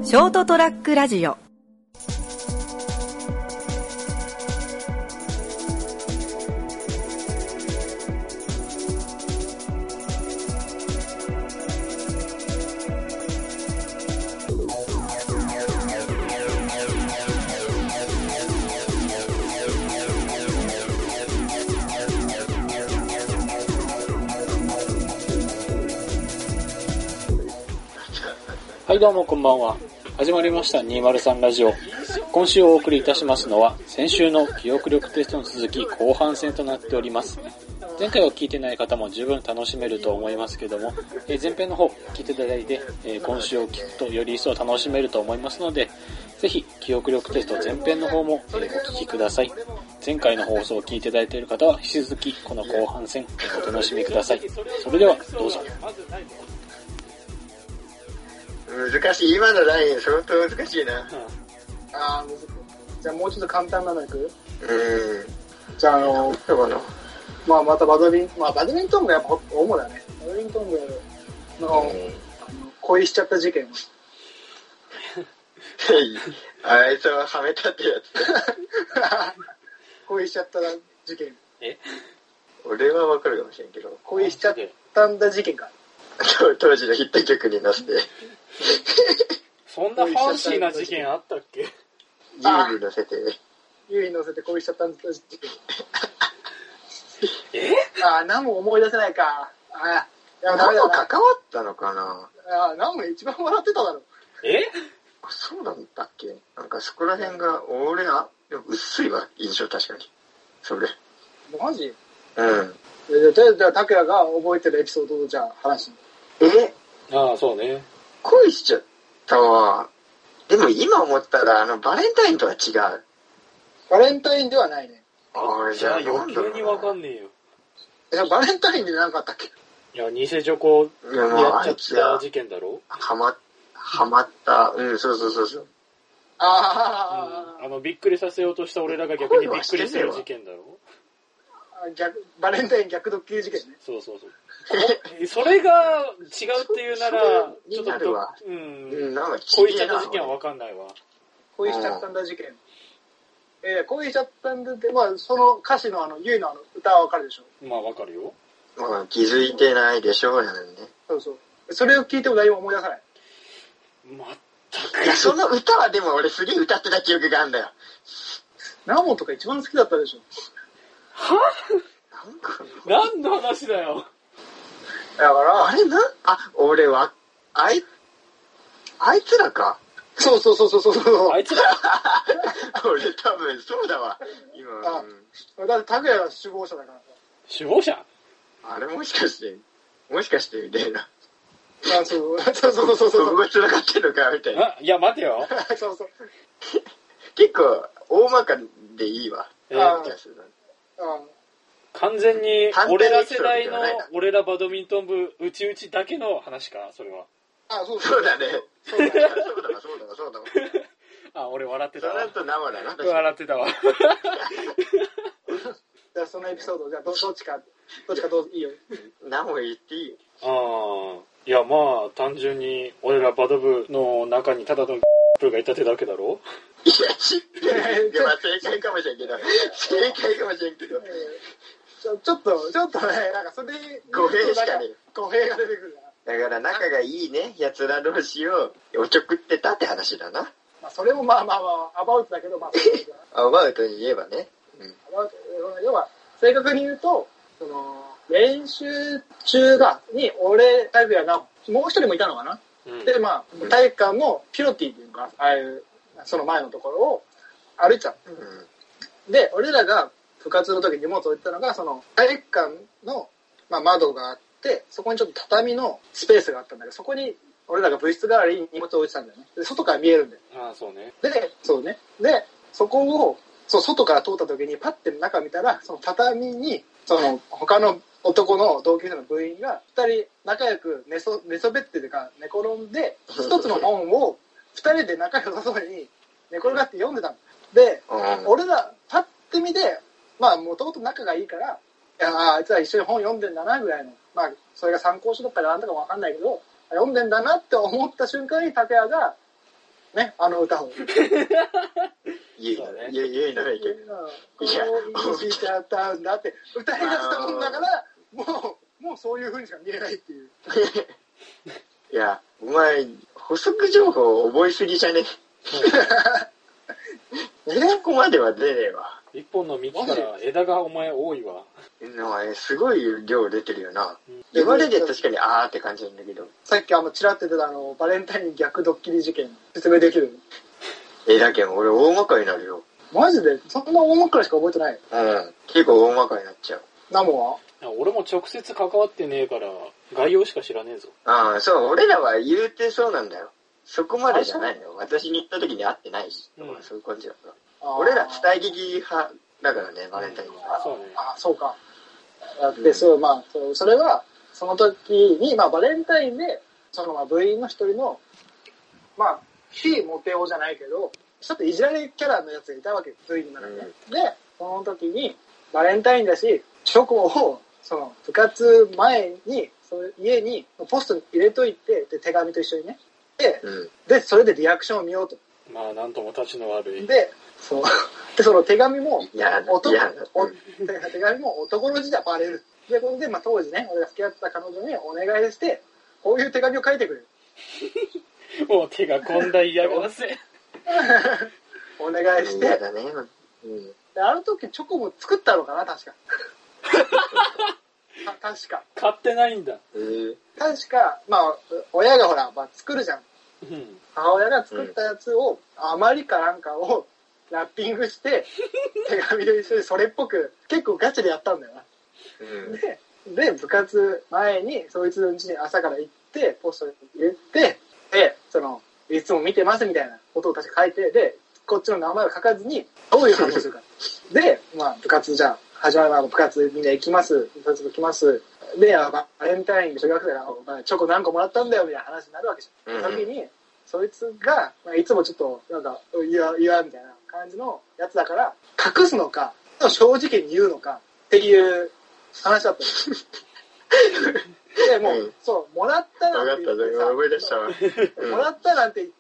ショートトラックラジオ。 はい、どうもこんばんは。始まりました203ラジオ。今週お送りいたしますのは、先週の記憶力テストに続き後半戦となっております。前回を聞いてない方も十分楽しめると思いますけども、前編の方聞いていただいて、今週を聞くとより一層楽しめると思いますので、ぜひ記憶力テスト前編の方もお聞きください。前回の放送を聞いていただいている方は引き続きこの後半戦お楽しみください。それではどうぞ。 難しい。今のライン相当難しいな。 難しい。じゃあもうちょっと簡単なのいく？じゃあそうかな。 またバドミントンがやっぱ主だね。バドミントン部の、恋しちゃった事件。 あいつははめたってやつ。 恋しちゃった事件。 俺はわかるかもしれんけど。 恋しちゃったんだ事件か。 当時のヒット曲に乗せて。 そんなファンシーな事件あったっけ？ ユに乗せて。 ユに乗せて恋しちゃったんだ事件。何も思い出せないか。 何も関わったのかな。 何も一番笑ってただろ。 そうなんだっけ。なんかそこら辺が俺は薄いわ印象確かに。それ。 マジ？ うん。 じゃあ拓也が覚えてるエピソードをじゃあ話して。 そうね。 恋しちゃったわ。でも今思ったらバレンタインとは違う。 バレンタインではないね。 じゃあ余計にわかんねえよ。 バレンタインで何かあったっけ？ いや、偽チョコやっちゃった事件だろ？ はまった。そう。 びっくりさせようとした俺らが逆にびっくりする事件だろ？ バレンタイン逆ドッキリ事件ね。 そう。それが違うっていうなら、ちょっと、恋しちゃった事件はわかんないわ。 恋しちゃったんだ事件。恋しちゃったんだって、その歌詞のゆいの歌はわかるでしょ？ わかるよ。 気づいてないでしょうやねんね。 そう。それを聞いても何も思い出さない。 いや、その歌はでも俺すげえ歌ってた記憶があるんだよ。 ナモとか一番好きだったでしょ？ は？何の話だよ。 だから、 俺は、あいつらか。 そう。 あいつら俺多分そうだわ。今。 だって拓也が首謀者だからさ。 首謀者？ あれもしかしてみたいな。 そう。 ここが繋がってんのかみたいな。 いや、待てよ。 そう。 結構、大まかでいいわ。 完全に、俺ら世代の、俺らバドミントン部、うちだけの話か、それは。 そうだね。そうだ。 俺笑ってたわ。 それと生だな。 笑ってたわ。 じゃあそのエピソード、じゃあどっちかいいよ。 何も言っていいよ。 いや、単純に、俺らバド部の中にただのプロがいたってだけだろ？ いや、正解かもしれんけど。 ちょっとね、なんかそれ語弊しかね。 語弊が出てくるな。だから仲がいいね、奴ら同士をおちょくってたって話だな。 それもアバウトだけど、 アバウトに言えばね。 要は、正確に言うと、練習中に、俺、拓也が、もう一人もいたのかな？で、体育館のピロティっていうのか、ああいう、その前のところを歩いてたの。で、俺らが部活の時に荷物を置いてたのが、その体育館の、窓があって、そこにちょっと畳のスペースがあったんだけど、そこに俺らが部室代わりに荷物を置いてたんだよね。で、外から見えるんだよ。 そうね。 で、そこを、外から通った時にパッて中見たら、その畳に、他の男の同級生の部員が2人仲良く寝そべってるか寝転んで、一つの本を2人で仲良さそうに寝転がって読んでたの。で、俺らパッて見て、もともと仲がいいから、あいつら一緒に本読んでんだなぐらいの、それが参考書だったかなんだかわかんないけど、読んでんだなって思った瞬間に拓也が、 ね、あの歌を。 言うならいける。 このしちゃったんだって歌い出したもんだから、もうそういう風にしか見えないっていう。 いや、お前、補足情報覚えすぎじゃねそこまでは出ねえわ。 一本の幹から枝がお前多いわ。 すごい量出てるよな。言われて確かにあーって感じなんだけど。 さっきチラッと出たバレンタイン逆ドッキリ事件、説明できる？ だけど俺大まかになるよ。 マジで？そんな大まかにしか覚えてない？ 結構大まかになっちゃう。 ナモは？ 俺も直接関わってねえから、概要しか知らねえぞ。 そう、俺らは言うてそうなんだよ。そこまでじゃないのよ。私に行った時に会ってないし。そういう感じだから。俺ら伝え聞き派だからね、バレンタインは。 そうね。 そうか。で、それは、その時に、バレンタインで、部員の一人の、非モテ男じゃないけど、ちょっといじられキャラのやつがいたわけ、部員の中で。で、その時に、バレンタインだし、チョコを、部活前に、家に、ポストに入れといて、で、手紙と一緒にね。で、それでリアクションを見ようと。 なんとも立ちの悪い。 で、その手紙も、手紙も男の字でバレる。で、これで、当時ね、俺が付き合ってた彼女にお願いして、こういう手紙を書いてくれる。 もう手が込んだ嫌がらせ。 お願いして。 だね。 で、あの時チョコも作ったのかな、確か。確か。 買ってないんだ。 確か、親がほら、作るじゃん。母親が作ったやつを、余りかなんかをラッピングして、手紙で一緒にそれっぽく、結構ガチでやったんだよな。で、部活前に、そいつの家に朝から行って、ポストに入れて、で、いつも見てますみたいなことを確か書いて、で、こっちの名前を書かずに、どういう反応するか。で、部活じゃあ、始まる前の部活みんな行きます。部活来ます。で、バレンタインで小学生がチョコ何個もらったんだよみたいな話になるわけじゃん。その時に、そいつが、いつもちょっと、いや、みたいな感じのやつだから、隠すのか、正直に言うのか、っていう話だったで、もう、もらったなんて言ってさ、 思い出したわ。 もらったなんて言って、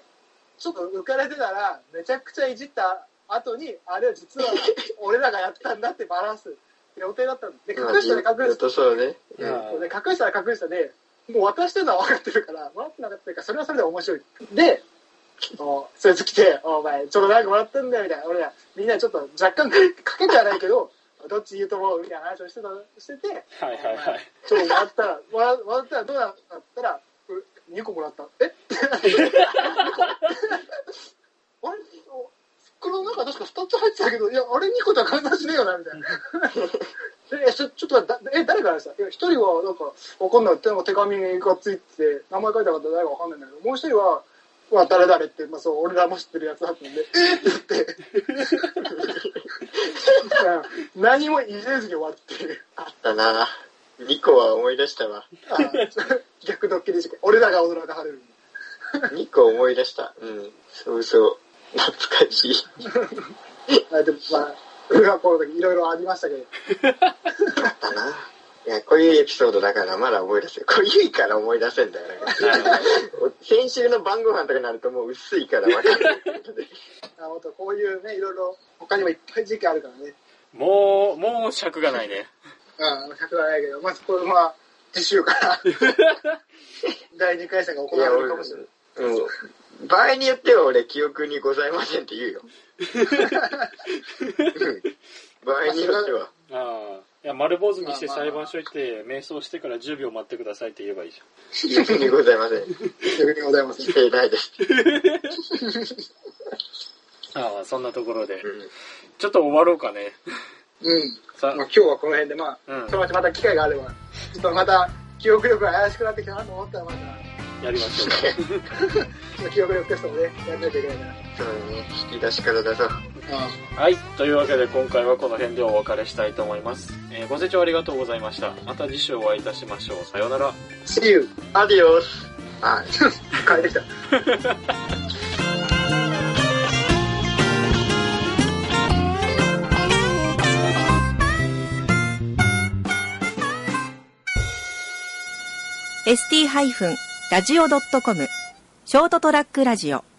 ちょっと浮かれてたら、めちゃくちゃいじった後に、あれは実は俺らがやったんだってバランス予定だったんで、隠したら隠した。 そうね。 で、隠したら隠したで、もう渡してるのは分かってるから、もらってなかったから、それはそれで面白い。で、そいつ来て、お前、ちょっとなんかもらったんだよ、みたいな。俺ら、みんなちょっと若干かけてはないけど、どっち言うと思うみたいな話をしてて、ちょっともらったらどうなったら、2個もらった。えあれ袋の中確か2つ入ってたけど、いや、あれ2個とは換算しねえよな、みたいな。ちょっと誰からでした？一人は、なんか、わかんない。手紙がついてて、名前書いてなかったら誰かわかんないんだけど、もう一人は、誰々って、俺らも知ってるやつだったんで、って言って、何もいじれずに終わってる。 あったな2個は思い出したわ。 逆ドッキリ事件。俺らが驚かされる。 2個思い出した。そう。懐かしい。 でも中学校の時いろいろありましたけど。 あったな。いや、こういうエピソードだからまだ思い出せる。こういうから思い出せんだよ。先週の晩ご飯とかになるともう薄いから分かる。 こういうね、いろいろ他にもいっぱい時期あるからね。 もう尺がないね。 尺がないけど、これ次週から第2回戦が行われるかもしれない。 場合によっては俺記憶にございませんって言うよ。場合によっては。 いや、丸坊主にして裁判所行って瞑想してから10秒待ってくださいって言えばいいじゃん。記憶にございません。 記憶にございません。 していないです。 そんなところで、ちょっと終わろうかね。 今日はこの辺でそのうちまた機会があれば、ちょっとまた記憶力が怪しくなってきたなと思ったらまたやりましょう。記憶力テストもね、やらないといけないから。 そうね、引き出しからだぞ。 はい、というわけで今回はこの辺でお別れしたいと思います。ご清聴ありがとうございました。また次週お会いいたしましょう。さようなら。 See you. アディオス。 変えてきた。 ST-radio.com ショートトラックラジオ